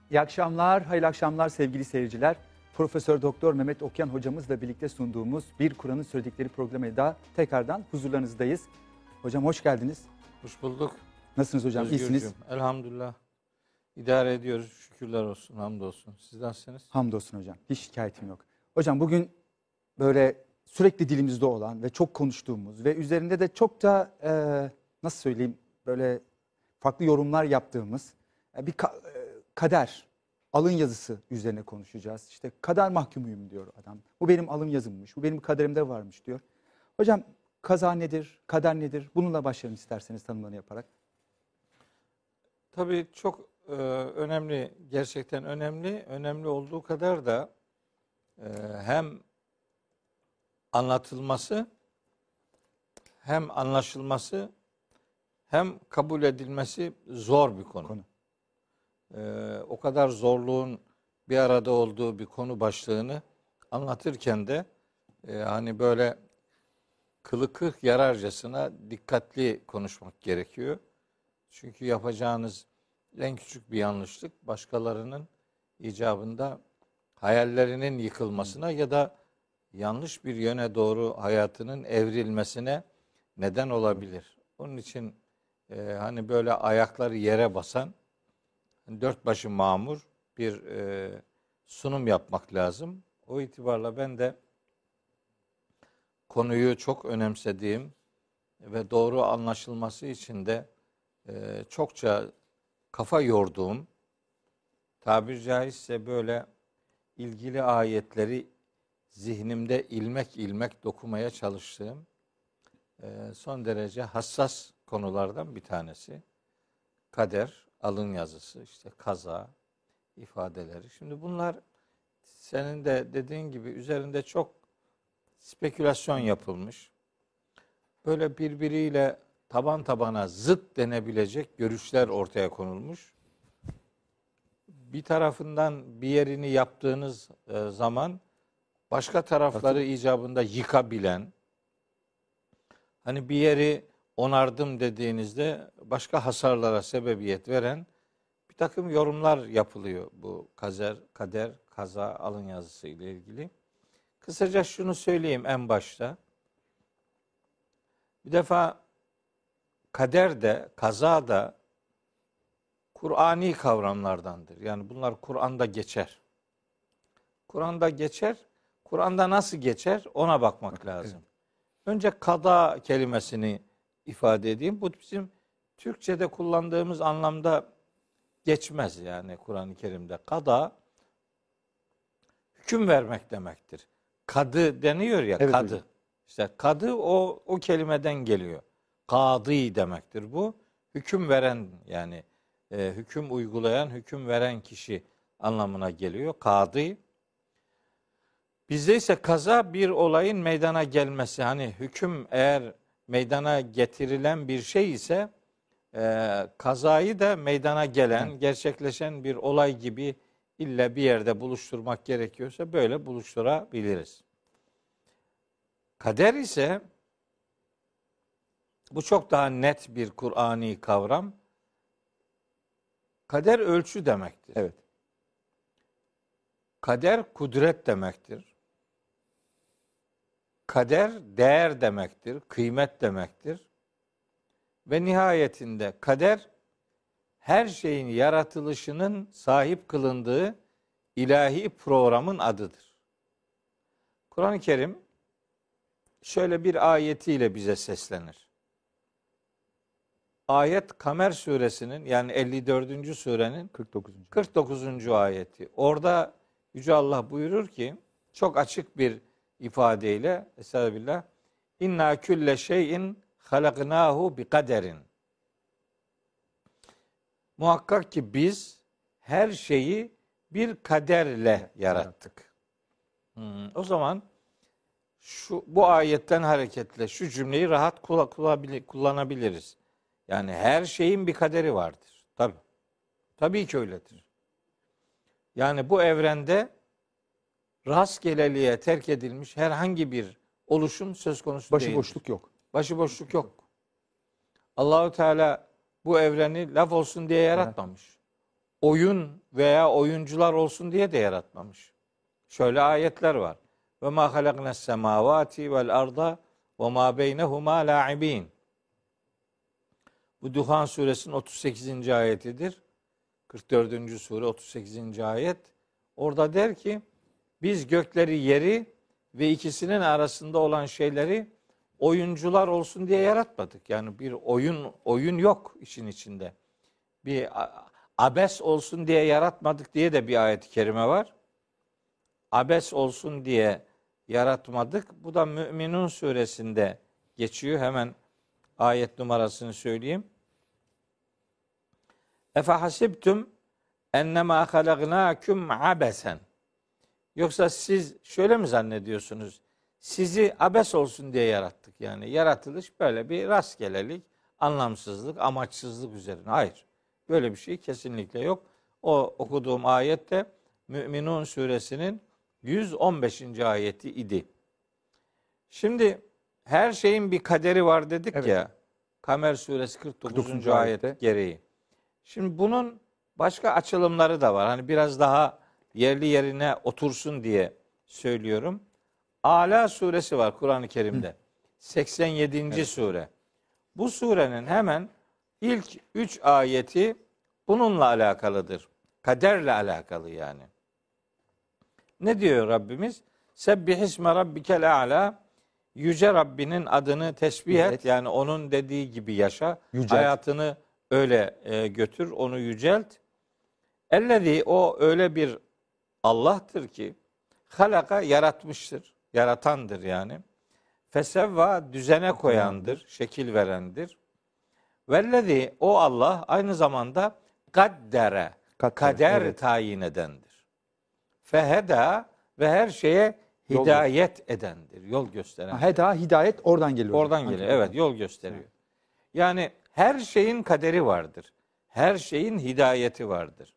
İyi akşamlar, hayırlı akşamlar sevgili seyirciler. Profesör Doktor Mehmet Okyan hocamızla birlikte sunduğumuz Bir Kur'an'ın Söyledikleri programıyla da tekrardan huzurlarınızdayız. Hocam hoş geldiniz. Hoş bulduk. Nasılsınız hocam? Özgürcüğüm, İyisiniz? elhamdülillah. İdare ediyoruz. Şükürler olsun, hamdolsun. Siz nasılsınız? Hamdolsun hocam. Hiç şikayetim yok. Hocam bugün böyle sürekli dilimizde olan ve çok konuştuğumuz ve üzerinde de çok da nasıl söyleyeyim böyle farklı yorumlar yaptığımız bir kader, alın yazısı üzerine konuşacağız. İşte kader mahkumuyum diyor adam. Bu benim alın yazımmış, bu benim kaderimde varmış diyor. Hocam kaza nedir, kader nedir? Bununla başlayalım isterseniz tanımlarını yaparak. Tabii çok önemli, gerçekten önemli. Önemli olduğu kadar da hem anlatılması, hem anlaşılması, hem kabul edilmesi zor bir konu. O kadar zorluğun bir arada olduğu bir konu başlığını anlatırken de hani böyle kılı kırk yararcasına dikkatli konuşmak gerekiyor. Çünkü yapacağınız en küçük bir yanlışlık başkalarının icabında hayallerinin yıkılmasına ya da yanlış bir yöne doğru hayatının evrilmesine neden olabilir. Onun için hani böyle ayakları yere basan, dört başı mamur bir sunum yapmak lazım. O itibarla ben de konuyu çok önemsediğim ve doğru anlaşılması için de çokça kafa yorduğum, tabiri caizse böyle ilgili ayetleri zihnimde ilmek ilmek dokumaya çalıştığım son derece hassas konulardan bir tanesi. Kader, alın yazısı, işte kaza ifadeleri. Şimdi bunlar senin de dediğin gibi üzerinde çok spekülasyon yapılmış. Böyle birbiriyle taban tabana zıt denebilecek görüşler ortaya konulmuş. Bir tarafından bir yerini yaptığınız zaman başka tarafları icabında yıkabilen, hani bir yeri onardım dediğinizde başka hasarlara sebebiyet veren bir takım yorumlar yapılıyor bu kader, kaza, alın yazısı ile ilgili. Kısaca şunu söyleyeyim en başta. Bir defa kader de, kaza da Kur'ani kavramlardandır. Yani bunlar Kur'an'da geçer. Kur'an'da geçer. Kur'an'da nasıl geçer ona bakmak lazım. Önce kada kelimesini ifade edeyim. Bu bizim Türkçe'de kullandığımız anlamda geçmez yani Kur'an-ı Kerim'de. Kada hüküm vermek demektir. Kadı deniyor ya, evet, kadı. Hocam. İşte kadı o kelimeden geliyor. Kadı demektir bu. Hüküm veren yani hüküm uygulayan, hüküm veren kişi anlamına geliyor. Kadı. Bizde ise kaza bir olayın meydana gelmesi. Hani hüküm eğer meydana getirilen bir şey ise kazayı da meydana gelen, gerçekleşen bir olay gibi illa bir yerde buluşturmak gerekiyorsa böyle buluşturabiliriz. Kader ise bu çok daha net bir Kur'ani kavram. Kader ölçü demektir. Evet. Kader kudret demektir. Kader değer demektir, kıymet demektir. Ve nihayetinde kader her şeyin yaratılışının sahip kılındığı ilahi programın adıdır. Kur'an-ı Kerim şöyle bir ayetiyle bize seslenir. Ayet Kamer suresinin yani 54. surenin 49. ayeti. Orada Yüce Allah buyurur ki çok açık bir ifadeyle Estağfirullah İnna külle şeyin halaknahu bi kaderin. Muhakkak ki biz her şeyi bir kaderle yarattık. O zaman bu ayetten hareketle şu cümleyi rahat kullanabiliriz. Yani her şeyin bir kaderi vardır. Tabii. Tabii ki öyledir. Yani bu evrende rastgeleliğe terk edilmiş herhangi bir oluşum söz konusu değildir. Başıboşluk yok. Başıboşluk yok. Allahu Teala bu evreni laf olsun diye yaratmamış. oyun veya oyuncular olsun diye de yaratmamış. Şöyle ayetler var. Ve ma halaknas semavati vel arda ve ma beynehuma la'ibin. Bu Duhan suresinin 38. ayetidir. 44. sure 38. ayet. Orada der ki biz gökleri, yeri ve ikisinin arasında olan şeyleri oyuncular olsun diye yaratmadık. Yani bir oyun yok işin içinde. Bir abes olsun diye yaratmadık diye de bir ayet-i kerime var. Abes olsun diye yaratmadık. Bu da Müminun suresinde geçiyor. Hemen ayet numarasını söyleyeyim. Efe hasibtum ennemâ halagnâküm abesen. Yoksa siz şöyle mi zannediyorsunuz? Sizi abes olsun diye yarattık. Yani yaratılış böyle bir rastgelelik, anlamsızlık, amaçsızlık üzerine. Hayır. Böyle bir şey kesinlikle yok. O okuduğum ayette Müminun suresinin 115. ayeti idi. Şimdi her şeyin bir kaderi var dedik Evet. ya. Kamer suresi 49. 49. ayet ayette. gereği. Şimdi bunun başka açılımları da var. Hani biraz daha yerli yerine otursun diye söylüyorum. Ala suresi var Kur'an-ı Kerim'de. 87. Evet. sure. Bu surenin hemen ilk 3 ayeti bununla alakalıdır. Kaderle alakalı yani. Ne diyor Rabbimiz? Sebbihisme rabbikel a'la. Yüce Rabbinin adını tesbih et. Evet. Yani onun dediği gibi yaşa. Yücelt. Hayatını öyle götür. Onu yücelt. Ellezî, o öyle bir Allah'tır ki halaka, yaratmıştır. Yaratandır yani. Fesevva, düzene koyandır. Şekil verendir. Vellezî, o Allah aynı zamanda kaddere, kader evet. tayin edendir. Feheda, ve her şeye hidayet edendir. Yol gösteren. Heda, hidayet oradan geliyor. Oradan geliyor. Evet, yol gösteriyor. Yani her şeyin kaderi vardır. Her şeyin hidayeti vardır.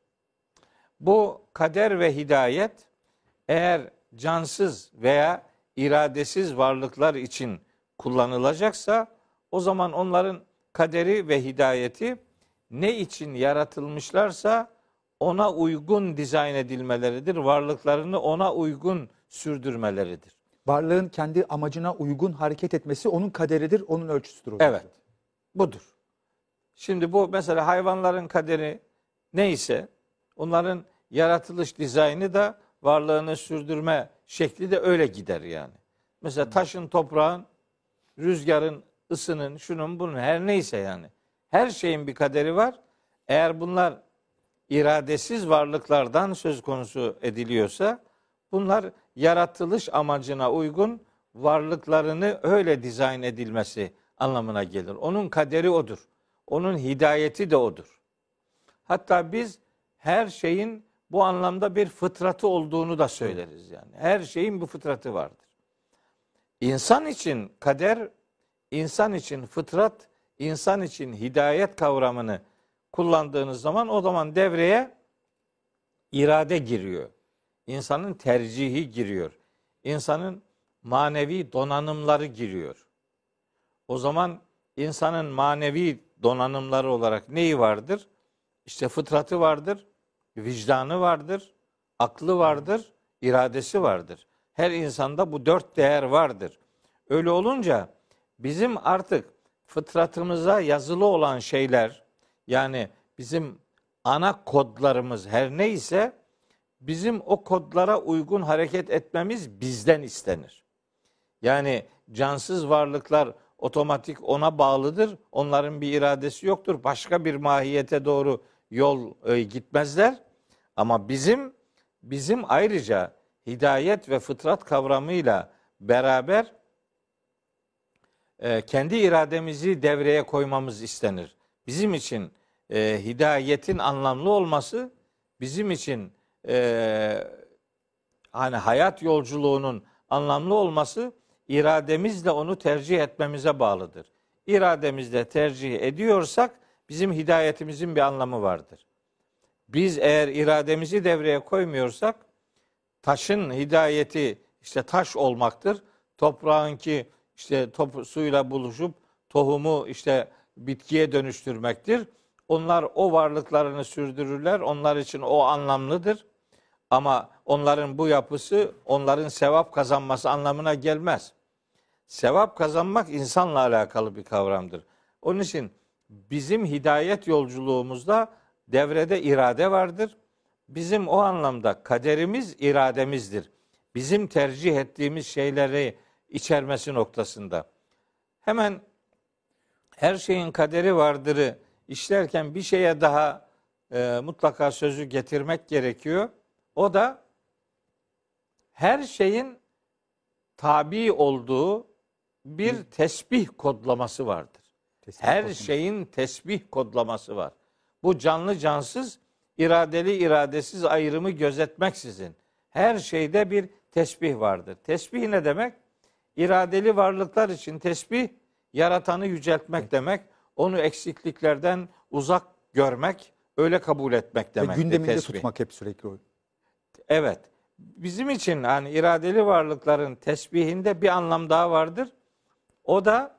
Bu kader ve hidayet eğer cansız veya iradesiz varlıklar için kullanılacaksa o zaman onların kaderi ve hidayeti ne için yaratılmışlarsa ona uygun dizayn edilmeleridir. Varlıklarını ona uygun sürdürmeleridir. Varlığın kendi amacına uygun hareket etmesi onun kaderidir, onun ölçüsüdür. O zaman. Evet. Budur. Şimdi bu mesela hayvanların kaderi neyse onların yaratılış dizaynı da varlığını sürdürme şekli de öyle gider yani. Mesela taşın, toprağın, rüzgarın, ısının, şunun bunun her neyse yani. Her şeyin bir kaderi var. Eğer bunlar iradesiz varlıklardan söz konusu ediliyorsa bunlar yaratılış amacına uygun varlıklarını öyle dizayn edilmesi anlamına gelir. Onun kaderi odur. Onun hidayeti de odur. Hatta biz her şeyin bu anlamda bir fıtratı olduğunu da söyleriz yani. Her şeyin bir fıtratı vardır. İnsan için kader, insan için fıtrat, insan için hidayet kavramını kullandığınız zaman o zaman devreye irade giriyor. İnsanın tercihi giriyor. İnsanın manevi donanımları giriyor. O zaman insanın manevi donanımları olarak neyi vardır? İşte fıtratı vardır, vicdanı vardır, aklı vardır, iradesi vardır. Her insanda bu 4 değer vardır. Öyle olunca bizim artık fıtratımıza yazılı olan şeyler, yani bizim ana kodlarımız her neyse bizim o kodlara uygun hareket etmemiz bizden istenir. Yani cansız varlıklar otomatik ona bağlıdır. Onların bir iradesi yoktur. Başka bir mahiyete doğru yol gitmezler. Ama bizim ayrıca hidayet ve fıtrat kavramıyla beraber kendi irademizi devreye koymamız istenir. Bizim için hidayetin anlamlı olması, bizim için hani hayat yolculuğunun anlamlı olması irademizle onu tercih etmemize bağlıdır. İrademizle tercih ediyorsak bizim hidayetimizin bir anlamı vardır. Biz eğer irademizi devreye koymuyorsak taşın hidayeti işte taş olmaktır. Toprağınki işte suyla buluşup tohumu işte bitkiye dönüştürmektir. Onlar o varlıklarını sürdürürler. Onlar için o anlamlıdır. Ama onların bu yapısı onların sevap kazanması anlamına gelmez. Sevap kazanmak insanla alakalı bir kavramdır. Onun için bizim hidayet yolculuğumuzda devrede irade vardır. Bizim o anlamda kaderimiz irademizdir. Bizim tercih ettiğimiz şeyleri içermesi noktasında. Hemen her şeyin kaderi vardırı işlerken bir şeye daha mutlaka sözü getirmek gerekiyor. O da her şeyin tabi olduğu bir tesbih kodlaması vardır. Her şeyin tesbih kodlaması var. Bu canlı cansız, iradeli iradesiz ayrımı gözetmeksizin her şeyde bir tesbih vardır. Tesbih ne demek? İradeli varlıklar için tesbih yaratanı yüceltmek demek. Onu eksikliklerden uzak görmek, öyle kabul etmek demek. Ve gündeminde tesbih. tutmak hep sürekli o. Evet. Bizim için hani iradeli varlıkların tesbihinde bir anlam daha vardır. O da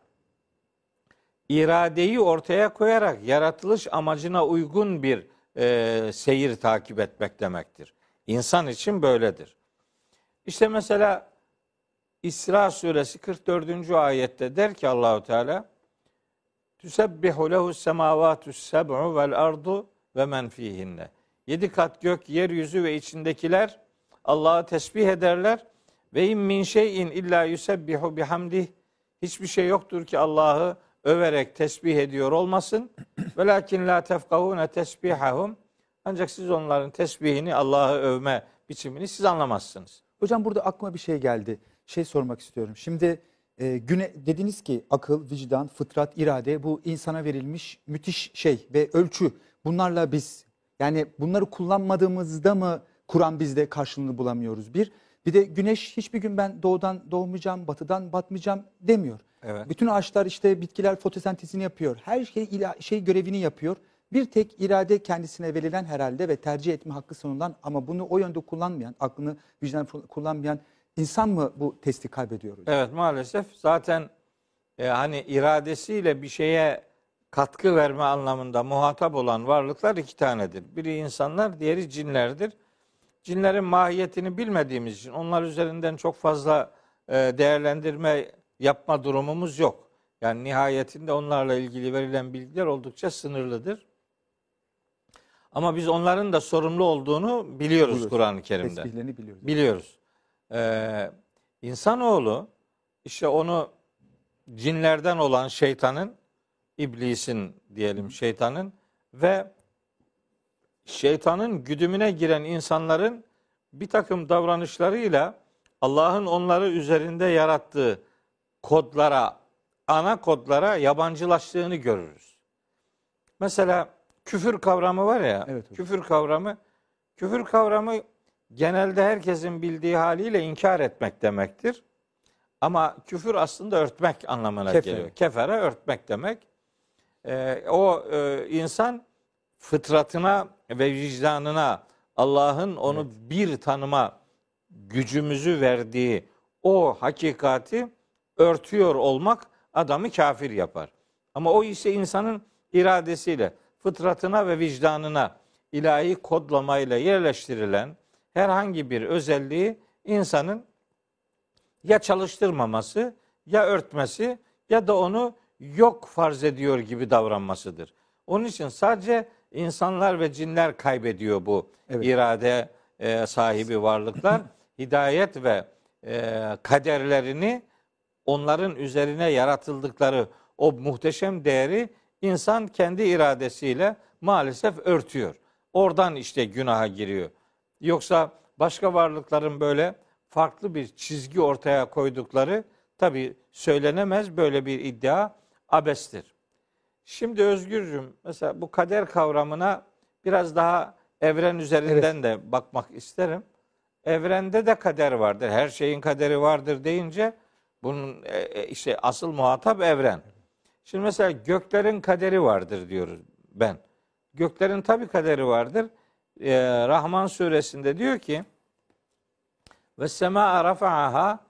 iradeyi ortaya koyarak yaratılış amacına uygun bir seyir takip etmek demektir. İnsan için böyledir. İşte mesela İsra suresi 44. ayette der ki Allahu Teala: "Tüsebbihu lehu's semavatus seb'u vel ardu ve men fihinne." 7 kat gök, yeryüzü ve içindekiler Allah'ı tesbih ederler. Ve in min şeyin illa yusebbihu bihamdih. Hiçbir şey yoktur ki Allah'ı överek tesbih ediyor olmasın. Velakin la tefkahune tesbihahum. Ancak siz onların tesbihini, Allah'ı övme biçimini siz anlamazsınız. Hocam burada aklıma bir şey geldi. Şey sormak istiyorum. Şimdi dediniz ki akıl, vicdan, fıtrat, irade bu insana verilmiş müthiş şey ve ölçü. Bunlarla biz yani bunları kullanmadığımızda mı Kur'an bizde karşılığını bulamıyoruz? Bir de güneş hiçbir gün ben doğudan doğmayacağım, batıdan batmayacağım demiyor. Evet. Bütün ağaçlar işte bitkiler fotosentezini yapıyor. Her şey görevini yapıyor. Bir tek irade kendisine verilen herhalde ve tercih etme hakkı sunulan ama bunu o yönde kullanmayan, aklını vicdanı kullanmayan insan mı bu testi kaybediyor hocam? Evet, maalesef zaten hani iradesiyle bir şeye katkı verme anlamında muhatap olan varlıklar 2 tanedir. Biri insanlar, diğeri cinlerdir. Cinlerin mahiyetini bilmediğimiz için onlar üzerinden çok fazla değerlendirme yapma durumumuz yok. Yani nihayetinde onlarla ilgili verilen bilgiler oldukça sınırlıdır. Ama biz onların da sorumlu olduğunu biliyoruz Kur'an-ı Kerim'de. Tesbihlerini biliyoruz. Biliyoruz. İnsanoğlu işte onu cinlerden olan şeytanın, iblisin diyelim şeytanın ve şeytanın güdümüne giren insanların bir takım davranışlarıyla Allah'ın onları üzerinde yarattığı kodlara, ana kodlara yabancılaştığını görürüz. Mesela küfür kavramı var ya, Evet hocam. küfür kavramı genelde herkesin bildiği haliyle inkar etmek demektir. Ama küfür aslında örtmek anlamına geliyor. Kefere örtmek demek. İnsan fıtratına ve vicdanına Allah'ın onu bir tanıma gücümüzü verdiği o hakikati örtüyor olmak adamı kafir yapar. Ama o ise insanın iradesiyle, fıtratına ve vicdanına ilahi kodlamayla yerleştirilen herhangi bir özelliği insanın ya çalıştırmaması, ya örtmesi ya da onu yok farz ediyor gibi davranmasıdır. Onun için sadece insanlar ve cinler kaybediyor bu irade sahibi varlıklar. Hidayet ve kaderlerini onların üzerine yaratıldıkları o muhteşem değeri insan kendi iradesiyle maalesef örtüyor. Oradan işte günaha giriyor. Yoksa başka varlıkların böyle farklı bir çizgi ortaya koydukları tabii söylenemez, böyle bir iddia abestir. Şimdi Özgürcüğüm mesela bu kader kavramına biraz daha evren üzerinden de bakmak isterim. Evrende de kader vardır. Her şeyin kaderi vardır deyince bunun işte asıl muhatap evren. Şimdi mesela göklerin kaderi vardır diyoruz ben. Göklerin tabii kaderi vardır. Rahman suresinde diyor ki ve sema rafa'aha,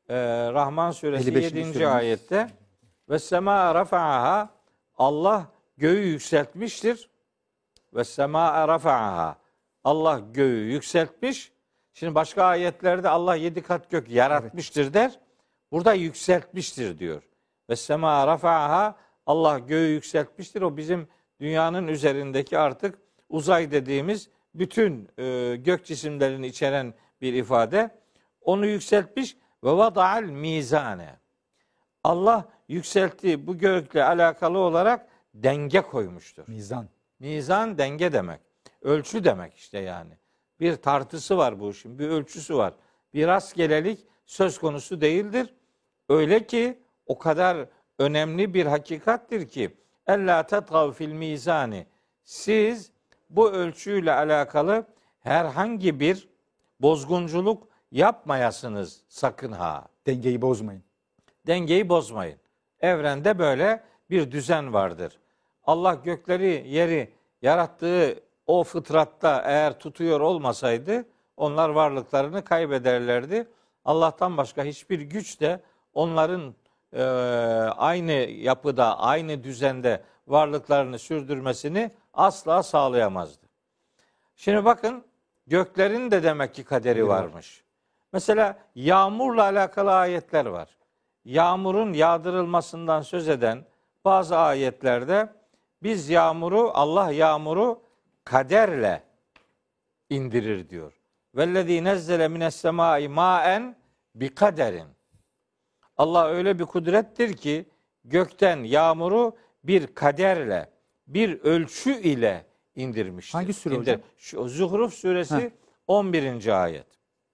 Rahman suresi 7. ayette ve sema rafa'aha, Allah göğü yükseltmiştir. Ve semâe rafa'aha. Allah göğü yükseltmiş. Şimdi başka ayetlerde Allah 7 kat gök yaratmıştır der. Burada yükseltmiştir diyor. Ve semâe rafa'aha. Allah göğü yükseltmiştir. O bizim dünyanın üzerindeki artık uzay dediğimiz bütün gök cisimlerini içeren bir ifade. Onu yükseltmiş ve vada'al mizane. Allah yükselttiği bu gökle alakalı olarak denge koymuştur. Mizan. Mizan denge demek. Ölçü demek işte yani. Bir tartısı var bu işin, bir ölçüsü var. Bir rastgelelik söz konusu değildir. Öyle ki o kadar önemli bir hakikattir ki ella tetgav fil mizani. Siz bu ölçüyle alakalı herhangi bir bozgunculuk yapmayasınız sakın ha. Dengeyi bozmayın. Dengeyi bozmayın. Evrende böyle bir düzen vardır. Allah gökleri, yeri yarattığı o fıtratta eğer tutuyor olmasaydı onlar varlıklarını kaybederlerdi. Allah'tan başka hiçbir güç de onların aynı yapıda, aynı düzende varlıklarını sürdürmesini asla sağlayamazdı. Şimdi bakın göklerin de demek ki kaderi varmış. Mesela yağmurla alakalı ayetler var. Yağmurun yağdırılmasından söz eden bazı ayetlerde biz Allah yağmuru kaderle indirir diyor. Vellezî nezzele mines semâi mâen bi kaderin. Allah öyle bir kudrettir ki gökten yağmuru bir kaderle, bir ölçü ile indirmiştir. Hangi sure hocam? Zuhruf suresi 11. ayet.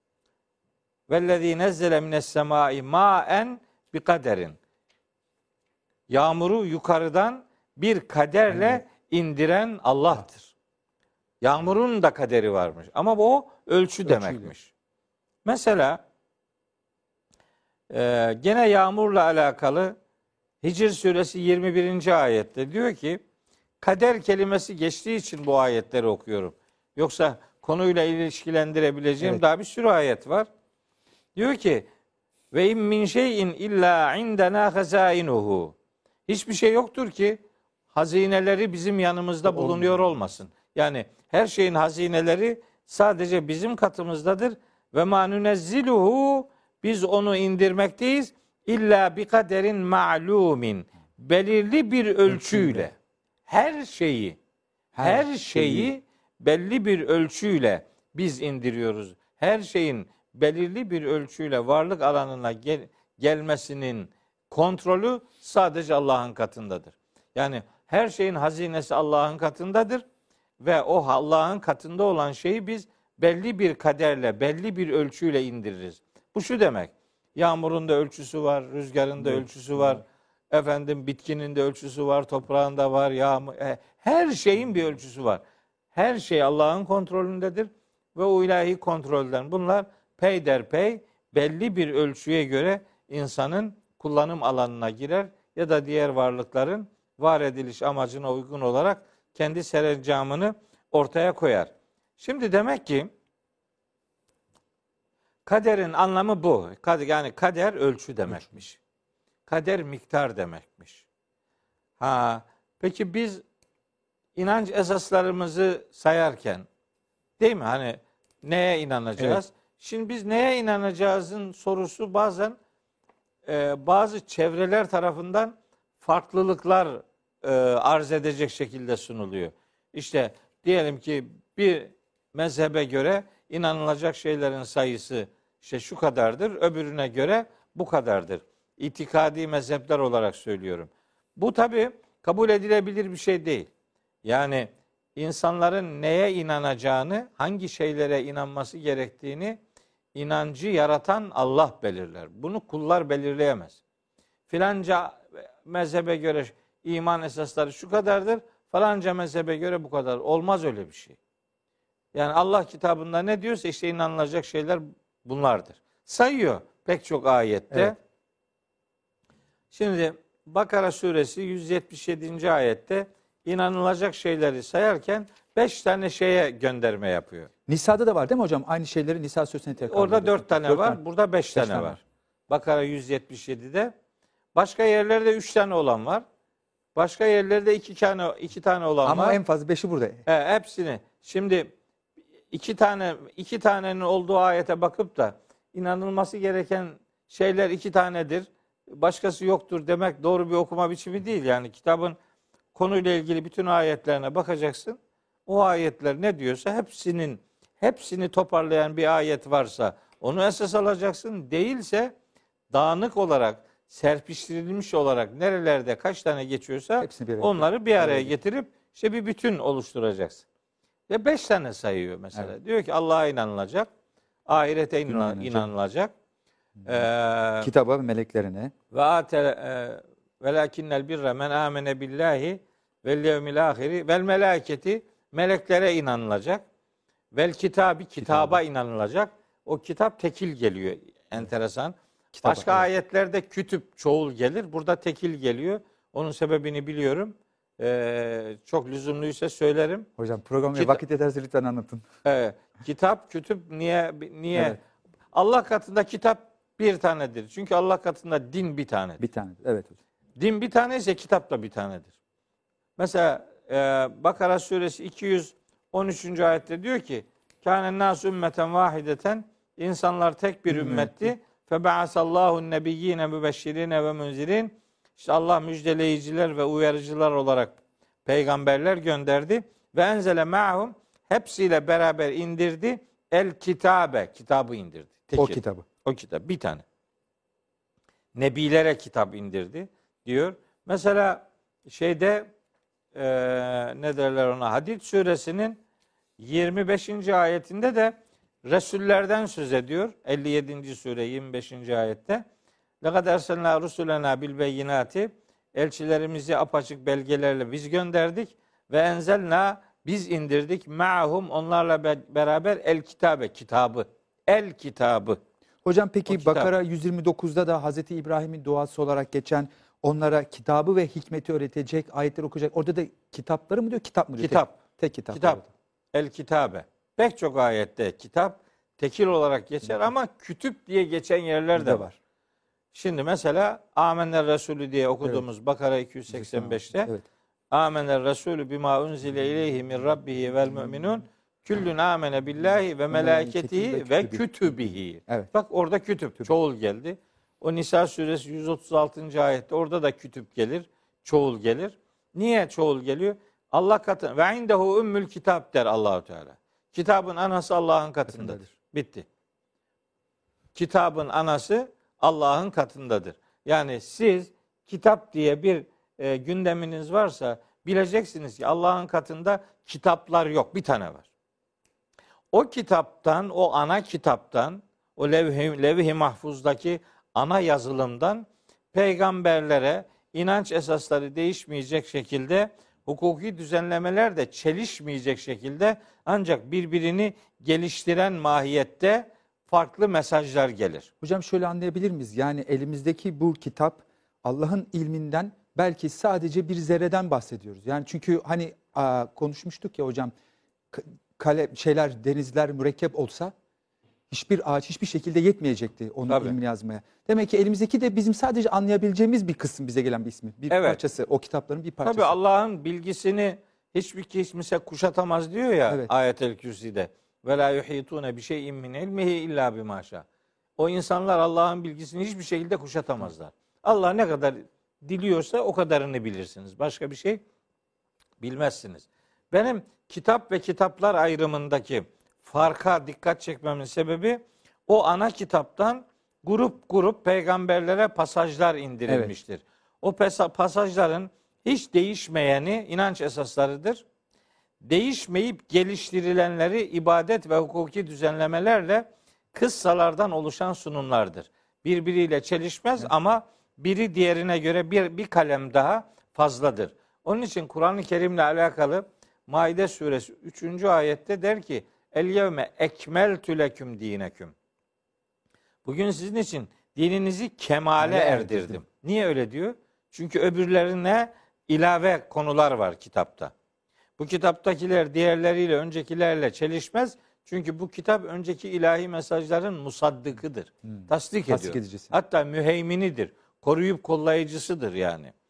Vellezî nezzele mines semâi mâen bi kaderin. Yağmuru yukarıdan bir kaderle indiren Allah'tır. Yağmurun da kaderi varmış. Ama bu ölçü demekmiş. Mesela gene yağmurla alakalı Hicr suresi 21. ayette diyor ki kader kelimesi geçtiği için bu ayetleri okuyorum. Yoksa konuyla ilişkilendirebileceğim daha bir sürü ayet var. Diyor ki ve in min şeyin illa indena hazainuhu. Hiçbir şey yoktur ki hazineleri bizim yanımızda bulunuyor olmasın. Yani her şeyin hazineleri sadece bizim katımızdadır. Ve ma nunezziluhu, biz onu indirmekteyiz. İlla bi kaderin ma'lumin, belirli bir ölçüyle. Her şeyi belli bir ölçüyle biz indiriyoruz. Her şeyin belirli bir ölçüyle varlık alanına gelmesinin kontrolü sadece Allah'ın katındadır. Yani her şeyin hazinesi Allah'ın katındadır ve o Allah'ın katında olan şeyi biz belli bir kaderle, belli bir ölçüyle indiririz. Bu şu demek: yağmurun da ölçüsü var, rüzgarın da ölçüsü var, bitkinin de ölçüsü var, toprağın da var, her şeyin bir ölçüsü var. Her şey Allah'ın kontrolündedir ve o ilahi kontrolden bunlar peyderpey belli bir ölçüye göre insanın kullanım alanına girer ya da diğer varlıkların var ediliş amacına uygun olarak kendi serencamını ortaya koyar. Şimdi demek ki kaderin anlamı bu. Yani kader ölçü demekmiş. Kader miktar demekmiş. Peki biz inanç esaslarımızı sayarken, değil mi? Hani neye inanacağız? Evet. Şimdi biz neye inanacağızın sorusu bazen bazı çevreler tarafından farklılıklar arz edecek şekilde sunuluyor. İşte diyelim ki bir mezhebe göre inanılacak şeylerin sayısı işte şu kadardır, öbürüne göre bu kadardır. İtikadi mezhepler olarak söylüyorum. Bu tabii kabul edilebilir bir şey değil. Yani insanların neye inanacağını, hangi şeylere inanması gerektiğini inancı yaratan Allah belirler. Bunu kullar belirleyemez. Filanca mezhebe göre iman esasları şu kadardır, falanca mezhebe göre bu kadar. Olmaz öyle bir şey. Yani Allah kitabında ne diyorsa işte inanılacak şeyler bunlardır. Sayıyor pek çok ayette. Evet. Şimdi Bakara suresi 177. ayette inanılacak şeyleri sayarken 5 tane şeye gönderme yapıyor. Nisa'da da var değil mi hocam? Aynı şeyleri Nisa suresine tekrar ediyor. Orada 4 tane var, burada 5 tane var. Bakara 177'de. Başka yerlerde 3 tane olan var. Başka yerlerde iki tane olan Ama var. en fazla 5'i burada. Hepsini. Şimdi iki tanenin olduğu ayete bakıp da inanılması gereken şeyler iki tanedir, başkası yoktur demek doğru bir okuma biçimi değil. Yani kitabın konuyla ilgili bütün ayetlerine bakacaksın. O ayetler ne diyorsa hepsini toparlayan bir ayet varsa onu esas alacaksın. Değilse dağınık olarak, serpiştirilmiş olarak nerelerde kaç tane geçiyorsa onları bir araya getirip işte bir bütün oluşturacaksın. Ve 5 tane sayıyor mesela. Evet. Diyor ki Allah'a inanılacak, ahirete inanılacak. Kitaba ve meleklerine. Ve lakinnel birre men amene billahi vel yevmil ahiri vel meleketi, meleklere inanılacak. Vel kitaba inanılacak. O kitap tekil geliyor. Enteresan. Başka ayetlerde kütüp çoğul gelir. Burada tekil geliyor. Onun sebebini biliyorum. Çok lüzumluysa söylerim. Hocam programı vakit ederse lütfen anlatın. Kitap, kütüp niye? Evet. Allah katında kitap bir tanedir. Çünkü Allah katında din bir tanedir. Bir tanedir. Evet hocam. Din bir tane ise kitap da bir tanedir. Mesela Bakara suresi 213. ayette diyor ki kânen nâsü ümmeten vâhideten, insanlar tek bir ümmetti. Febe'asallahu nebiyyine mübeşşirine ve münzirin. İşte Allah müjdeleyiciler ve uyarıcılar olarak peygamberler gönderdi. Ve enzele ma'hum, hepsiyle beraber indirdi. El kitabe, kitabı indirdi. O kitabı. O kitap bir tane. Nebilere kitap indirdi diyor. Mesela ne derler ona, Hadid suresinin 25. ayetinde de Resullerden söz ediyor. 57. sure 25. ayette. Lekad erselnâ rusulena bil beyinâti, elçilerimizi apaçık belgelerle biz gönderdik ve enzelna, biz indirdik ma'hum, onlarla beraber el kitabe, kitabı. El kitabı. Hocam peki Bakara 129'da da Hazreti İbrahim'in duası olarak geçen, onlara kitabı ve hikmeti öğretecek, ayetleri okuyacak. Orada da kitapları mı diyor, kitap mı diyor? Kitap. Tek kitap. Kitap. El kitabe. Pek çok ayette kitap tekil olarak geçer ama kütüp diye geçen yerler de var. Şimdi mesela Amener Resulü diye okuduğumuz Bakara 285'te evet. Amener Resulü bima unzile ileyhi min rabbihi vel müminun küllün amene billahi ve meleketihi ve kütübihi. Evet. Bak orada kütüp çoğul geldi. O Nisa suresi 136. ayette orada da kütüp gelir, çoğul gelir. Niye çoğul geliyor? Allah katında ve indehu ümmül kitap der Allahu Teala. Kitabın anası Allah'ın katındadır. Bitti. Kitabın anası Allah'ın katındadır. Yani siz kitap diye bir gündeminiz varsa bileceksiniz ki Allah'ın katında kitaplar yok. Bir tane var. O kitaptan, o ana kitaptan, o levh-i mahfuzdaki ana yazılımdan peygamberlere inanç esasları değişmeyecek şekilde, hukuki düzenlemeler de çelişmeyecek şekilde ancak birbirini geliştiren mahiyette farklı mesajlar gelir. Hocam şöyle anlayabilir miyiz? Yani elimizdeki bu kitap Allah'ın ilminden belki sadece bir zerreden bahsediyoruz. Yani çünkü hani konuşmuştuk ya hocam, denizler mürekkep olsa hiçbir ağaç hiçbir şekilde yetmeyecekti onun ilmini yazmaya. Demek ki elimizdeki de bizim sadece anlayabileceğimiz bir kısım, bize gelen bir ismi. Bir parçası, o kitapların bir parçası. Tabii Allah'ın bilgisini hiçbir kimse kuşatamaz diyor ya Ayet-el Kürsi'de. Ve la yuhitune bi şey'in min ilmihi illa bimaşa. O insanlar Allah'ın bilgisini hiçbir şekilde kuşatamazlar. Allah ne kadar diliyorsa o kadarını bilirsiniz. Başka bir şey bilmezsiniz. Benim kitap ve kitaplar ayrımındaki farka dikkat çekmemin sebebi, o ana kitaptan grup grup peygamberlere pasajlar indirilmiştir. Evet. O pasajların hiç değişmeyeni inanç esaslarıdır. Değişmeyip geliştirilenleri ibadet ve hukuki düzenlemelerle kıssalardan oluşan sunumlardır. Birbiriyle çelişmez ama biri diğerine göre bir kalem daha fazladır. Onun için Kur'an-ı Kerim'le alakalı Maide suresi 3. ayette der ki El yevme ekmeltü leküm dineküm. Bugün sizin için dininizi kemale erdirdim. Niye öyle diyor? Çünkü öbürlerine ilave konular var kitapta. Bu kitaptakiler diğerleriyle, öncekilerle çelişmez. Çünkü bu kitap önceki ilahi mesajların musaddıkıdır. Tasdik ediyor. Hatta müheyminidir. Koruyup kollayıcısıdır yani.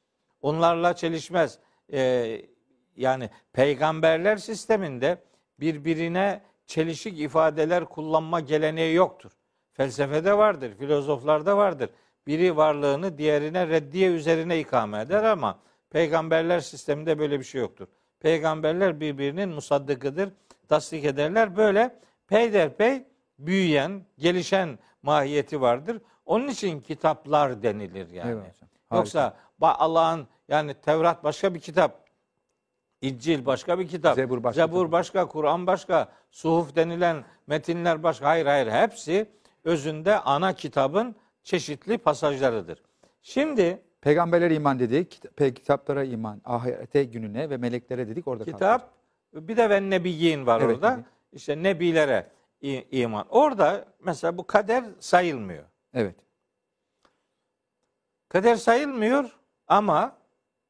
Onlarla çelişmez. Yani peygamberler sisteminde birbirine çelişik ifadeler kullanma geleneği yoktur. Felsefede vardır, filozoflarda vardır. Biri varlığını diğerine reddiye üzerine ikame eder ama peygamberler sisteminde böyle bir şey yoktur. Peygamberler birbirinin musaddıkıdır, tasdik ederler. Böyle peyderpey büyüyen, gelişen mahiyeti vardır. Onun için kitaplar denilir yani. Eyvallah hocam. Yoksa Allah'ın yani Tevrat başka bir kitap, İncil başka bir kitap, Zebur başka, Kur'an başka, Suhuf denilen metinler başka. Hayır, hepsi özünde ana kitabın çeşitli pasajlarıdır. Şimdi peygamberlere iman dedik, kitaplara iman, ahirete gününe ve meleklere dedik, orada kitap kaldık. Bir de ve nebiyyin var evet, orada. İşte nebilere iman. Orada mesela bu kader sayılmıyor. Evet. Kader sayılmıyor ama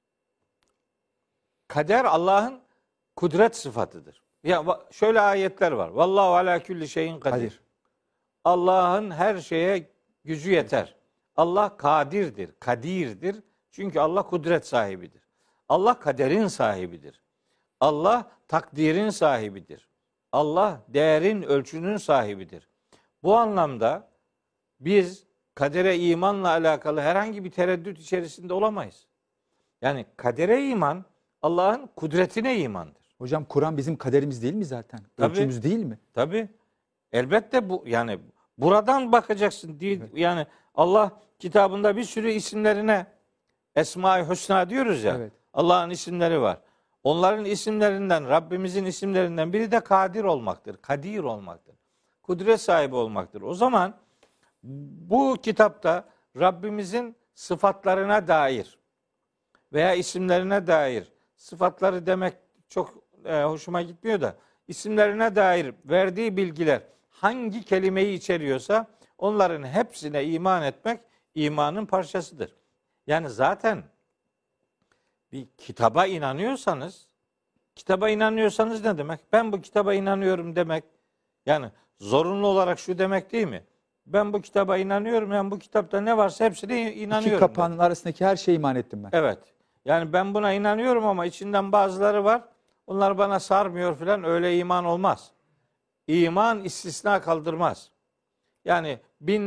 kader Allah'ın kudret sıfatıdır. Ya şöyle ayetler var. Vallahu ala kulli şeyin kadir. Allah'ın her şeye gücü yeter. Allah kadirdir, kadirdir. Çünkü Allah kudret sahibidir. Allah kaderin sahibidir. Allah takdirin sahibidir. Allah değerin, ölçünün sahibidir. Bu anlamda biz kadere imanla alakalı herhangi bir tereddüt içerisinde olamayız. Yani kadere iman Allah'ın kudretine imandır. Hocam Kur'an bizim kaderimiz değil mi zaten? Tabii, ölçümüz değil mi? Tabii. Elbette bu yani buradan bakacaksın. Evet. Yani Allah kitabında bir sürü isimlerine Esma-i Hüsna diyoruz ya. Evet. Allah'ın isimleri var. Onların isimlerinden, Rabbimizin isimlerinden biri de kadir olmaktır. Kadir olmaktır. Kudret sahibi olmaktır. O zaman bu kitapta Rabbimizin sıfatlarına dair veya isimlerine dair, sıfatları demek çok hoşuma gitmiyor da, isimlerine dair verdiği bilgiler hangi kelimeyi içeriyorsa onların hepsine iman etmek imanın parçasıdır. Yani zaten bir kitaba inanıyorsanız ne demek? Ben bu kitaba inanıyorum demek. Yani zorunlu olarak şu demek değil mi? Ben bu kitaba inanıyorum. Yani bu kitapta ne varsa hepsine inanıyorum. İki kapağın arasındaki her şeye iman ettim ben. Evet. Yani ben buna inanıyorum ama içinden bazıları var. Onlar bana sarmıyor falan. Öyle iman olmaz. İman istisna kaldırmaz. Yani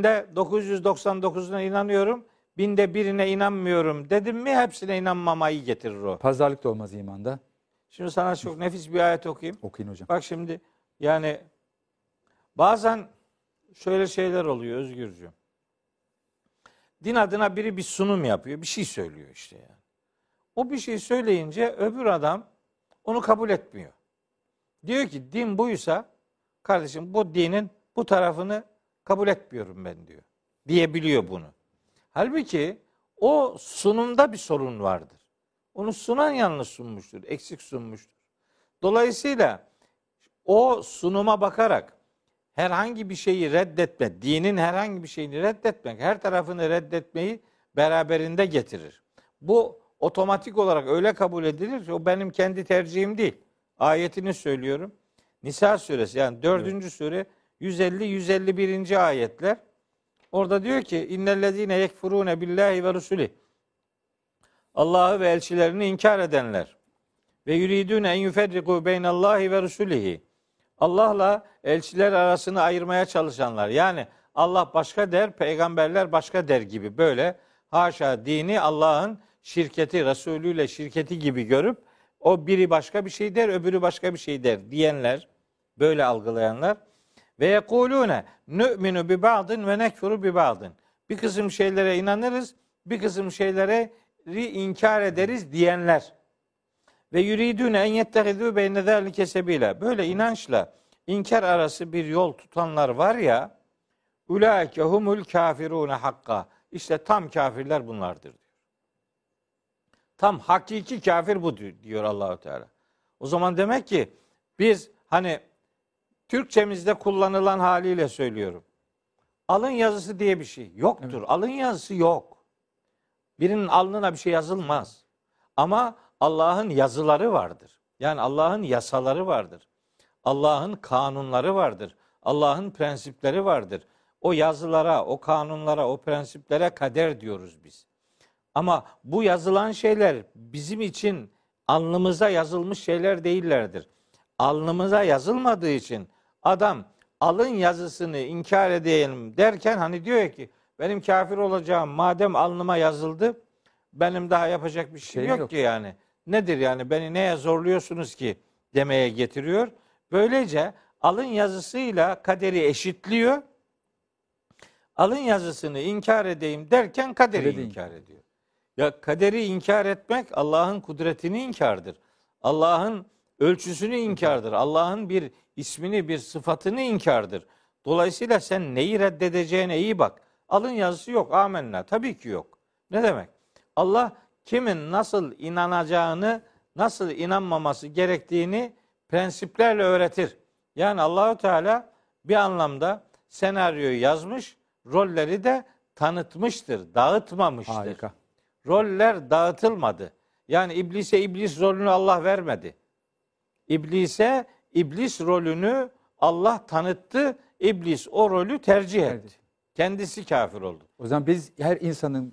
999'una inanıyorum, 1'ine inanmıyorum dedim mi hepsine inanmamayı getirir o. Pazarlık da olmaz imanda. Şimdi sana çok nefis bir ayet okuyayım. Okuyun hocam. Bak şimdi yani bazen şöyle şeyler oluyor Özgürcüğüm. Din adına biri bir sunum yapıyor, bir şey söylüyor işte yani. O bir şey söyleyince öbür adam onu kabul etmiyor. Diyor ki din buysa kardeşim bu dinin bu tarafını kabul etmiyorum ben diyor. Diyebiliyor bunu. Halbuki o sunumda bir sorun vardır. Onu sunan yanlış sunmuştur, eksik sunmuştur. Dolayısıyla o sunuma bakarak herhangi bir şeyi reddetme, dinin herhangi bir şeyini reddetmek, her tarafını reddetmeyi beraberinde getirir. Bu otomatik olarak öyle kabul edilir ki o benim kendi tercihim değil. Ayetini söylüyorum. Nisa suresi yani 4. sure 150-151. ayetler. Orada diyor ki innellezine yekfurune billahi ve rusuli. Allah'ı ve elçilerini inkar edenler ve yuridune en yuferriku beynallahi ve rusulihi. Allah'la elçiler arasını ayırmaya çalışanlar. Yani Allah başka der, peygamberler başka der gibi böyle haşa dini Allah'ın şirketi, Resulüyle şirketi gibi görüp o biri başka bir şey der, öbürü başka bir şey der diyenler, böyle algılayanlar ve yekulune nu'minu bi ba'din ve nekfuru bi ba'din. Bir kısım şeylere inanırız, bir kısım şeylere inkar ederiz diyenler. Ve yuridune en yettehidu beyne zalike sebila. Böyle inançla inkar arası bir yol tutanlar var ya, ulaike humul kafirune hakka. İşte tam kafirler bunlardır diyor. Tam hakiki kafir bu diyor Allahu Teala. O zaman demek ki biz hani Türkçemizde kullanılan haliyle söylüyorum. Alın yazısı diye bir şey yoktur. Evet. Alın yazısı yok. Birinin alnına bir şey yazılmaz. Ama Allah'ın yazıları vardır. Yani Allah'ın yasaları vardır. Allah'ın kanunları vardır. Allah'ın prensipleri vardır. O yazılara, o kanunlara, o prensiplere kader diyoruz biz. Ama bu yazılan şeyler bizim için alnımıza yazılmış şeyler değillerdir. Alnımıza yazılmadığı için adam alın yazısını inkar edelim derken hani diyor ki benim kafir olacağım madem alnıma yazıldı benim daha yapacak bir şey yok ki yani. Nedir yani beni neye zorluyorsunuz ki demeye getiriyor. Böylece alın yazısıyla kaderi eşitliyor. Alın yazısını inkar edeyim derken kaderi inkar ediyor. Ya kaderi inkar etmek Allah'ın kudretini inkardır. Allah'ın ölçüsünü inkardır. Allah'ın bir ismini, bir sıfatını inkardır. Dolayısıyla sen neyi reddedeceğine iyi bak. Alın yazısı yok. Amenna. Tabii ki yok. Ne demek? Allah kimin nasıl inanacağını, nasıl inanmaması gerektiğini prensiplerle öğretir. Yani Allahu Teala bir anlamda senaryoyu yazmış, rolleri de tanıtmıştır, dağıtmamıştır. Harika. Roller dağıtılmadı. Yani iblise iblis rolünü Allah vermedi. İblise iblis rolünü Allah tanıttı. İblis o rolü tercih etti. Kendisi kafir oldu. O zaman biz her insanın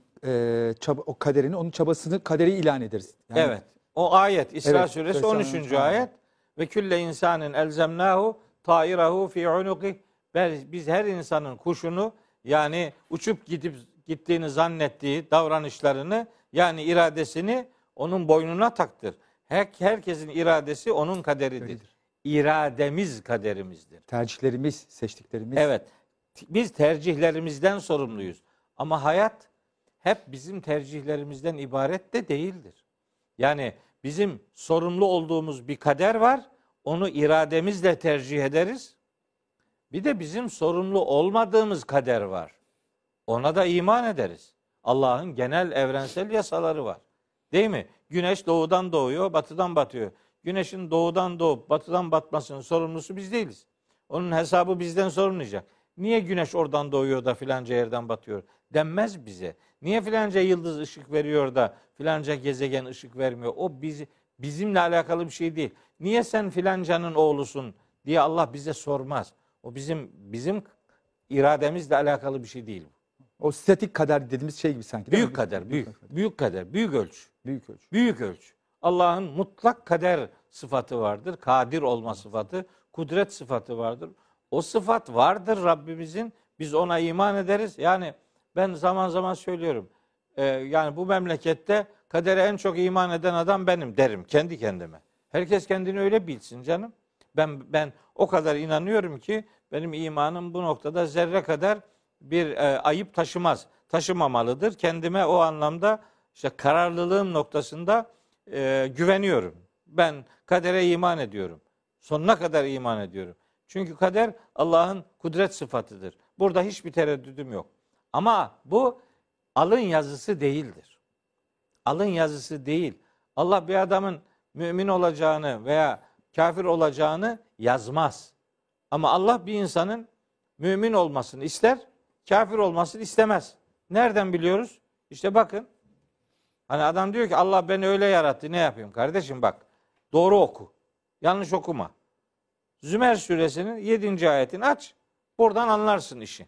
o kaderini, onun çabasını kaderi ilan ederiz. Yani, evet. O ayet İsra evet, suresi 13. ayet ve külle insanın elzemnahu tairahu fi unuki. Biz her insanın kuşunu yani uçup gittiğini zannettiği davranışlarını yani iradesini onun boynuna taktır. Herkesin iradesi onun kaderidir. Öyledir. İrademiz kaderimizdir. Tercihlerimiz, seçtiklerimiz. Evet. Biz tercihlerimizden sorumluyuz. Ama hayat hep bizim tercihlerimizden ibaret de değildir. Yani bizim sorumlu olduğumuz bir kader var. Onu irademizle tercih ederiz. Bir de bizim sorumlu olmadığımız kader var. Ona da iman ederiz. Allah'ın genel evrensel yasaları var. Değil mi? Güneş doğudan doğuyor, batıdan batıyor. Güneşin doğudan doğup batıdan batmasının sorumlusu biz değiliz. Onun hesabı bizden sorulmayacak. Niye güneş oradan doğuyor da filanca yerden batıyor denmez bize. Niye filanca yıldız ışık veriyor da filanca gezegen ışık vermiyor? O bizimle alakalı bir şey değil. Niye sen filancanın oğlusun diye Allah bize sormaz. O bizim irademizle alakalı bir şey değil. O statik kader dediğimiz şey gibi sanki. Büyük kader, büyük kader, büyük ölçü. Büyük ölçü. Büyük ölçü. Allah'ın mutlak kader sıfatı vardır. Kadir olma sıfatı, kudret sıfatı vardır. O sıfat vardır Rabbimizin. Biz ona iman ederiz. Yani ben zaman zaman söylüyorum. Yani bu memlekette kadere en çok iman eden adam benim derim kendi kendime. Herkes kendini öyle bilsin canım. Ben o kadar inanıyorum ki benim imanım bu noktada zerre kadar bir ayıp taşımamalıdır. Kendime o anlamda işte kararlılığım noktasında güveniyorum. Ben kadere iman ediyorum. Sonuna kadar iman ediyorum. Çünkü kader Allah'ın kudret sıfatıdır. Burada hiçbir tereddüdüm yok. Ama bu alın yazısı değildir. Alın yazısı değil. Allah bir adamın mümin olacağını veya kafir olacağını yazmaz. Ama Allah bir insanın mümin olmasını ister, kafir olmasını istemez. Nereden biliyoruz? İşte bakın. Hani adam diyor ki Allah beni öyle yarattı. Ne yapayım kardeşim bak. Doğru oku. Yanlış okuma. Zümer suresinin 7. ayetini aç. Buradan anlarsın işi.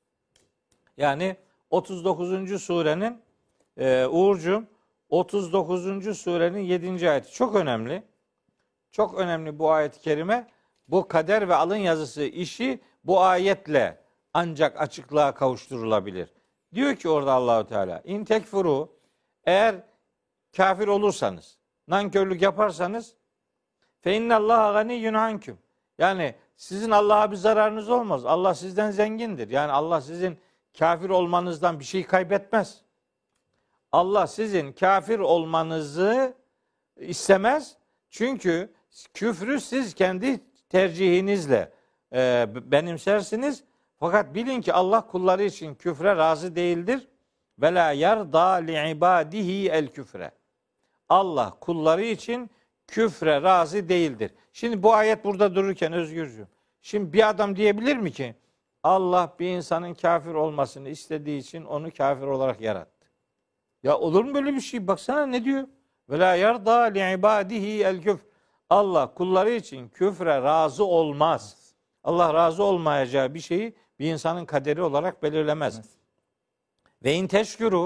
Yani 39. surenin Uğurcuğum 39. surenin 7. ayeti çok önemli. Çok önemli bu ayet-i kerime. Bu kader ve alın yazısı işi bu ayetle ancak açıklığa kavuşturulabilir. Diyor ki orada Allahu Teala in tekfuru eğer kafir olursanız, nankörlük yaparsanız fe innallaha ganiyyun ankum. Yani sizin Allah'a bir zararınız olmaz. Allah sizden zengindir. Yani Allah sizin kafir olmanızdan bir şey kaybetmez. Allah sizin kafir olmanızı istemez. Çünkü küfrü siz kendi tercihinizle benimsersiniz. Fakat bilin ki Allah kulları için küfre razı değildir. Ve la yarda li ibadihi el küfre. Allah kulları için küfre razı değildir. Şimdi bu ayet burada dururken Özgürcüğüm. Şimdi bir adam diyebilir mi ki Allah bir insanın kafir olmasını istediği için onu kafir olarak yarattı. Ya olur mu böyle bir şey? Baksana ne diyor? Ve la yarda li ibadihi el küfr. Allah kulları için küfre razı olmaz. Allah razı olmayacağı bir şeyi bir insanın kaderi olarak belirlemez. Ve in teşkuru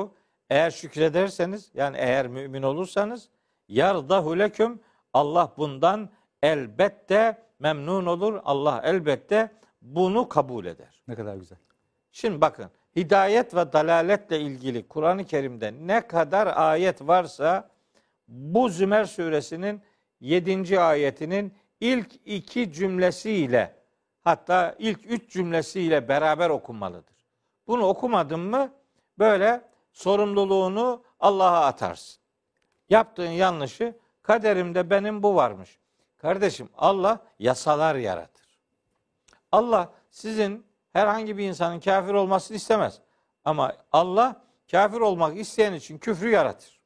Eğer şükrederseniz, yani eğer mümin olursanız, yardahu leküm, Allah bundan elbette memnun olur. Allah elbette bunu kabul eder. Ne kadar güzel. Şimdi bakın, hidayet ve dalaletle ilgili Kur'an-ı Kerim'de ne kadar ayet varsa bu Zümer suresinin 7. ayetinin ilk 2 cümlesiyle, hatta ilk 3 cümlesiyle beraber okunmalıdır. Bunu okumadın mı böyle sorumluluğunu Allah'a atarsın. Yaptığın yanlışı, kaderimde benim bu varmış. Kardeşim, Allah yasalar yaratır. Allah sizin herhangi bir insanın kafir olmasını istemez. Ama Allah kafir olmak isteyen için küfrü yaratır.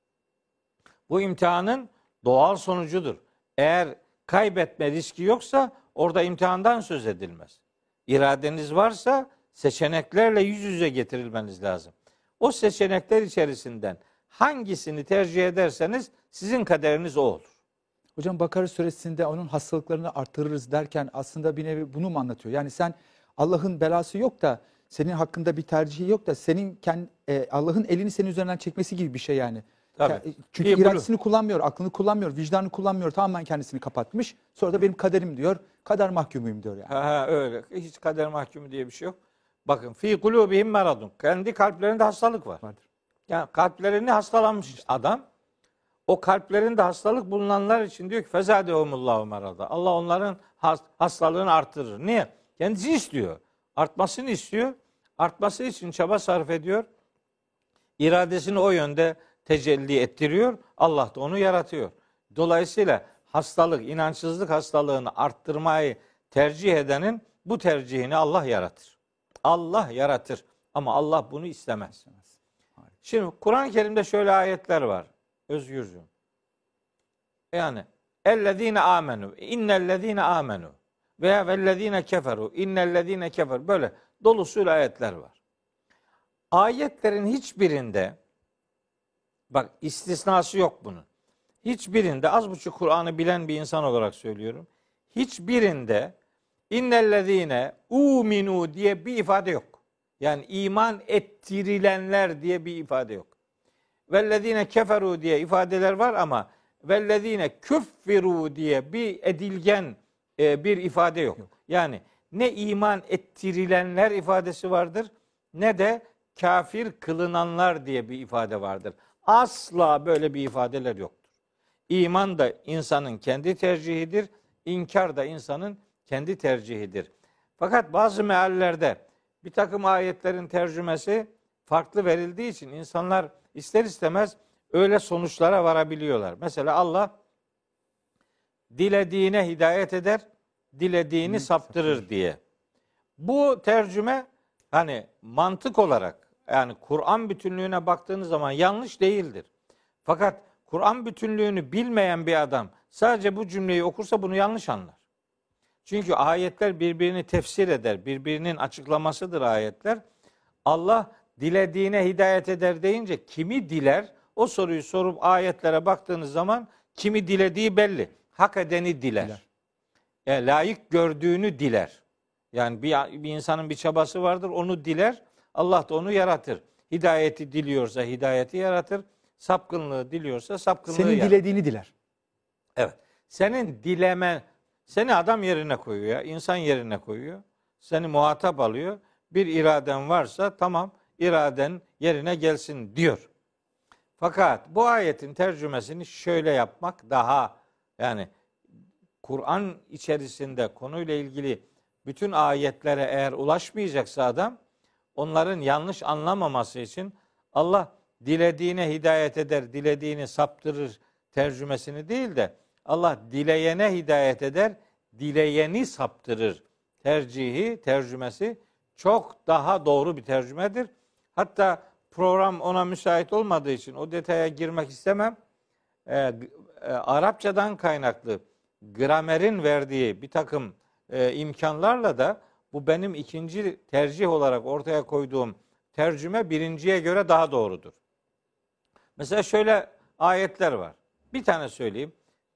Bu imtihanın doğal sonucudur. Eğer kaybetme riski yoksa orada imtihandan söz edilmez. İradeniz varsa seçeneklerle yüz yüze getirilmeniz lazım. O seçenekler içerisinden hangisini tercih ederseniz sizin kaderiniz o olur. Hocam Bakara suresinde onun hastalıklarını artırırız derken aslında bir nevi bunu mu anlatıyor? Yani sen Allah'ın belası yok da senin hakkında bir tercihi yok da senin Allah'ın elini senin üzerinden çekmesi gibi bir şey yani. Tabii. Çünkü iradesini kullanmıyor, aklını kullanmıyor, vicdanını kullanmıyor. Tamamen kendisini kapatmış. Sonra da benim kaderim diyor. Kader mahkumuyum diyor yani. Öyle. Hiç kader mahkumu diye bir şey yok. Bakın, fi kulubihim meradun. Kendi kalplerinde hastalık vardır. Yani kalplerini hastalanmış adam, o kalplerinde hastalık bulunanlar için diyor ki fezadehumullahu merada. Allah onların hastalığını arttırır. Niye? Kendisi istiyor. Artmasını istiyor. Artması için çaba sarf ediyor. İradesini o yönde tecelli ettiriyor. Allah da onu yaratıyor. Dolayısıyla hastalık, inançsızlık hastalığını arttırmayı tercih edenin bu tercihini Allah yaratır. Allah yaratır. Ama Allah bunu istemez. Şimdi Kur'an-ı Kerim'de şöyle ayetler var. Özgürcüğüm. Yani ellezine amenu, innellezine amenu veya vellezine keferu, innellezine kefer, böyle dolusuyla ayetler var. Ayetlerin hiçbirinde, bak istisnası yok bunun. Hiçbirinde, az buçuk Kur'an'ı bilen bir insan olarak söylüyorum. Hiçbirinde innellezine uminu diye bir ifade yok. Yani iman ettirilenler diye bir ifade yok. Vellezine keferu diye ifadeler var ama vellezine küffiru diye bir edilgen bir ifade yok. Yani ne iman ettirilenler ifadesi vardır ne de kafir kılınanlar diye bir ifade vardır. Asla böyle bir ifadeler yoktur. İman da insanın kendi tercihidir, inkar da insanın kendi tercihidir. Fakat bazı meallerde bir takım ayetlerin tercümesi farklı verildiği için insanlar ister istemez öyle sonuçlara varabiliyorlar. Mesela Allah dilediğine hidayet eder, dilediğini saptırır diye. Bu tercüme hani mantık olarak, yani Kur'an bütünlüğüne baktığınız zaman yanlış değildir. Fakat Kur'an bütünlüğünü bilmeyen bir adam sadece bu cümleyi okursa bunu yanlış anlar. Çünkü ayetler birbirini tefsir eder, birbirinin açıklamasıdır ayetler. Allah dilediğine hidayet eder deyince kimi diler? O soruyu sorup ayetlere baktığınız zaman kimi dilediği belli. Hak edeni diler. Layık gördüğünü diler. Yani bir insanın bir çabası vardır, onu diler. Allah da onu yaratır. Hidayeti diliyorsa hidayeti yaratır. Sapkınlığı diliyorsa sapkınlığı senin yaratır. dilediğini diler. Evet. Senin dilemen, seni adam yerine koyuyor, insan yerine koyuyor. Seni muhatap alıyor. Bir iraden varsa tamam, iraden yerine gelsin diyor. Fakat bu ayetin tercümesini şöyle yapmak daha, yani Kur'an içerisinde konuyla ilgili bütün ayetlere eğer ulaşmayacaksa adam, onların yanlış anlamaması için Allah dilediğine hidayet eder, dilediğini saptırır tercümesini değil de Allah dileyene hidayet eder, dileyeni saptırır tercümesi çok daha doğru bir tercümedir. Hatta program ona müsait olmadığı için o detaya girmek istemem. Arapçadan kaynaklı gramerin verdiği bir takım imkanlarla da bu benim ikinci tercih olarak ortaya koyduğum tercüme birinciye göre daha doğrudur. Mesela şöyle ayetler var. Bir tane söyleyeyim.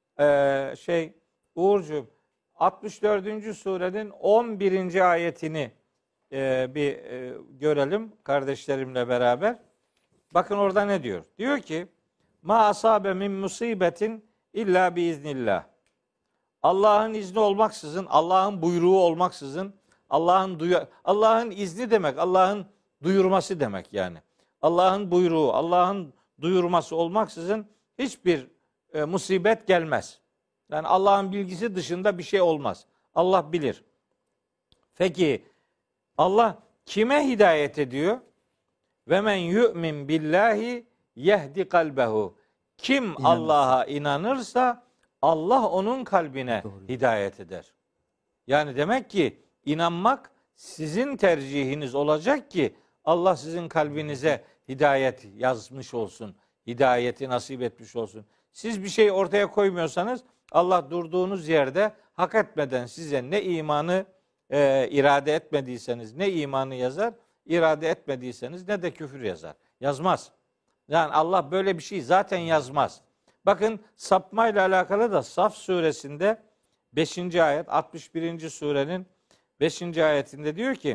Uğurcuğum, 64. surenin 11. ayetini görelim kardeşlerimle beraber. Bakın orada ne diyor? Diyor ki ma asabe min musibetin illa biiznillah. Allah'ın izni olmaksızın, Allah'ın buyruğu olmaksızın, Allah'ın izni demek, Allah'ın duyurması demek yani. Allah'ın buyruğu, Allah'ın duyurması olmaksızın hiçbir musibet gelmez. Yani Allah'ın bilgisi dışında bir şey olmaz. Allah bilir. Peki Allah kime hidayet ediyor? Ve men yu'min billahi yehdi kalbehu. Kim Allah'a inanırsa Allah onun kalbine hidayet eder. Yani demek ki inanmak sizin tercihiniz olacak ki Allah sizin kalbinize hidayet yazmış olsun. Hidayeti nasip etmiş olsun. Siz bir şey ortaya koymuyorsanız Allah durduğunuz yerde hak etmeden size ne imanı irade etmediyseniz ne imanı yazar, irade etmediyseniz ne de küfür yazar. Yazmaz. Yani Allah böyle bir şey zaten yazmaz. Bakın sapmayla alakalı da Saf suresinde 5. ayet 61. surenin 5. ayetinde diyor ki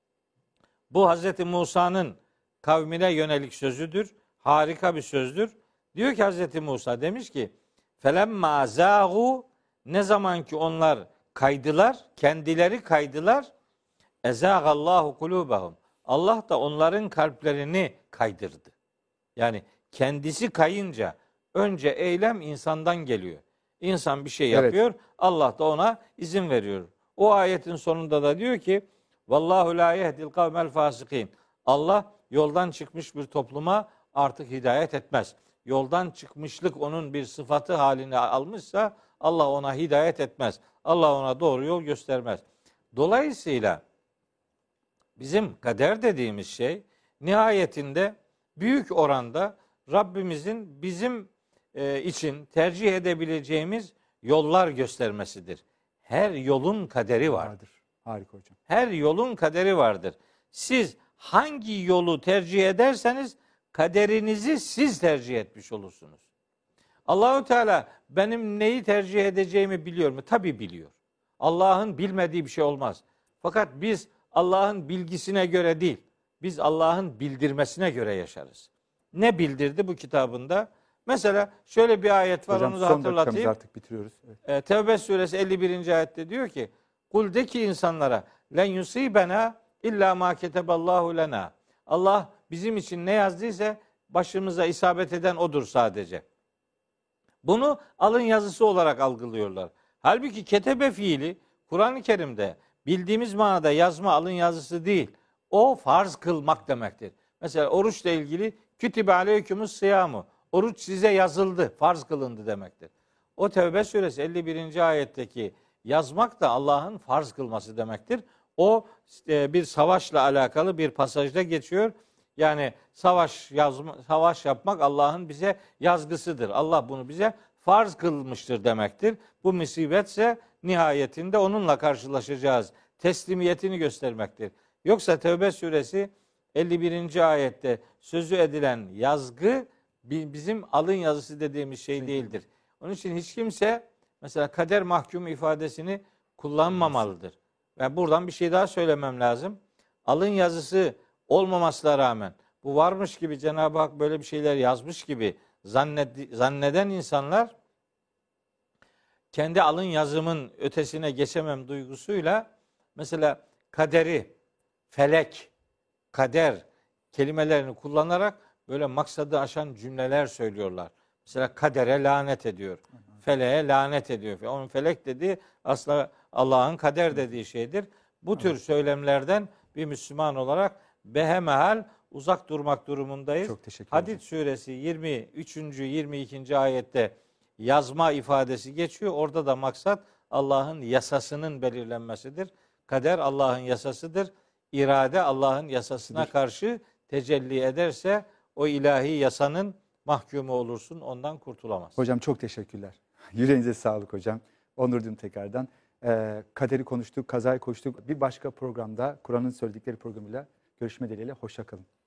bu Hazreti Musa'nın kavmine yönelik sözüdür. Harika bir sözdür. Diyor ki Hazreti Musa demiş ki felemma zâhu, ne zaman ki onlar kaydılar, kendileri kaydılar, ezâgallahu kulûbehum, Allah da onların kalplerini kaydırdı. Yani kendisi kayınca önce eylem insandan geliyor. İnsan bir şey yapıyor, evet. Allah da ona izin veriyor. O ayetin sonunda da diyor ki vallahu la yehdil kavmel fasikin. Allah yoldan çıkmış bir topluma artık hidayet etmez. Yoldan çıkmışlık onun bir sıfatı haline almışsa Allah ona hidayet etmez. Allah ona doğru yol göstermez. Dolayısıyla bizim kader dediğimiz şey nihayetinde büyük oranda Rabbimizin bizim için tercih edebileceğimiz yollar göstermesidir. Her yolun kaderi vardır. Harika hocam. Her yolun kaderi vardır. Siz hangi yolu tercih ederseniz kaderinizi siz tercih etmiş olursunuz. Allahu Teala benim neyi tercih edeceğimi biliyor mu? Tabii biliyor. Allah'ın bilmediği bir şey olmaz. Fakat biz Allah'ın bilgisine göre değil, biz Allah'ın bildirmesine göre yaşarız. Ne bildirdi bu kitabında? Mesela şöyle bir ayet var, hocam, onu da hatırlatayım. Artık bitiriyoruz. Evet. Tevbe suresi 51. ayette diyor ki kul de ki insanlara len yusibena illa ma keteballahu lena. Allah bizim için ne yazdıysa başımıza isabet eden odur sadece. Bunu alın yazısı olarak algılıyorlar. Halbuki ketebe fiili Kur'an-ı Kerim'de bildiğimiz manada yazma, alın yazısı değil. O farz kılmak demektir. Mesela oruçla ilgili kütübe aleykümüs siyamu. Oruç size yazıldı, farz kılındı demektir. O Tevbe suresi 51. ayetteki yazmak da Allah'ın farz kılması demektir. O bir savaşla alakalı bir pasajda geçiyor. Yani savaş yapmak Allah'ın bize yazgısıdır. Allah bunu bize farz kılmıştır demektir. Bu musibetse nihayetinde onunla karşılaşacağız. Teslimiyetini göstermektir. Yoksa Tevbe suresi 51. ayette sözü edilen yazgı bizim alın yazısı dediğimiz şey değildir. Onun için hiç kimse mesela kader mahkumu ifadesini kullanmamalıdır. Ve buradan bir şey daha söylemem lazım. Alın yazısı olmamasına rağmen bu varmış gibi Cenab-ı Hak böyle bir şeyler yazmış gibi zanneden insanlar kendi alın yazımın ötesine geçemem duygusuyla mesela kaderi, felek, kader kelimelerini kullanarak böyle maksadı aşan cümleler söylüyorlar. Mesela kadere lanet ediyor. Feleğe lanet ediyor. Onun felek dediği aslında Allah'ın kader dediği şeydir. Bu tür söylemlerden bir Müslüman olarak behemehal uzak durmak durumundayız. Çok teşekkür ederim. Hadid suresi 23. 22. ayette yazma ifadesi geçiyor. Orada da maksat Allah'ın yasasının belirlenmesidir. Kader Allah'ın yasasıdır. İrade Allah'ın yasasına karşı tecelli ederse o ilahi yasanın mahkumu olursun. Ondan kurtulamazsın. Hocam çok teşekkürler. Yüreğinize sağlık hocam. Onur duydum tekrardan. Kaderi konuştuk, kazayı konuştuk. Bir başka programda Kur'an'ın söyledikleri programıyla görüşme dileğiyle. Hoşça kalın.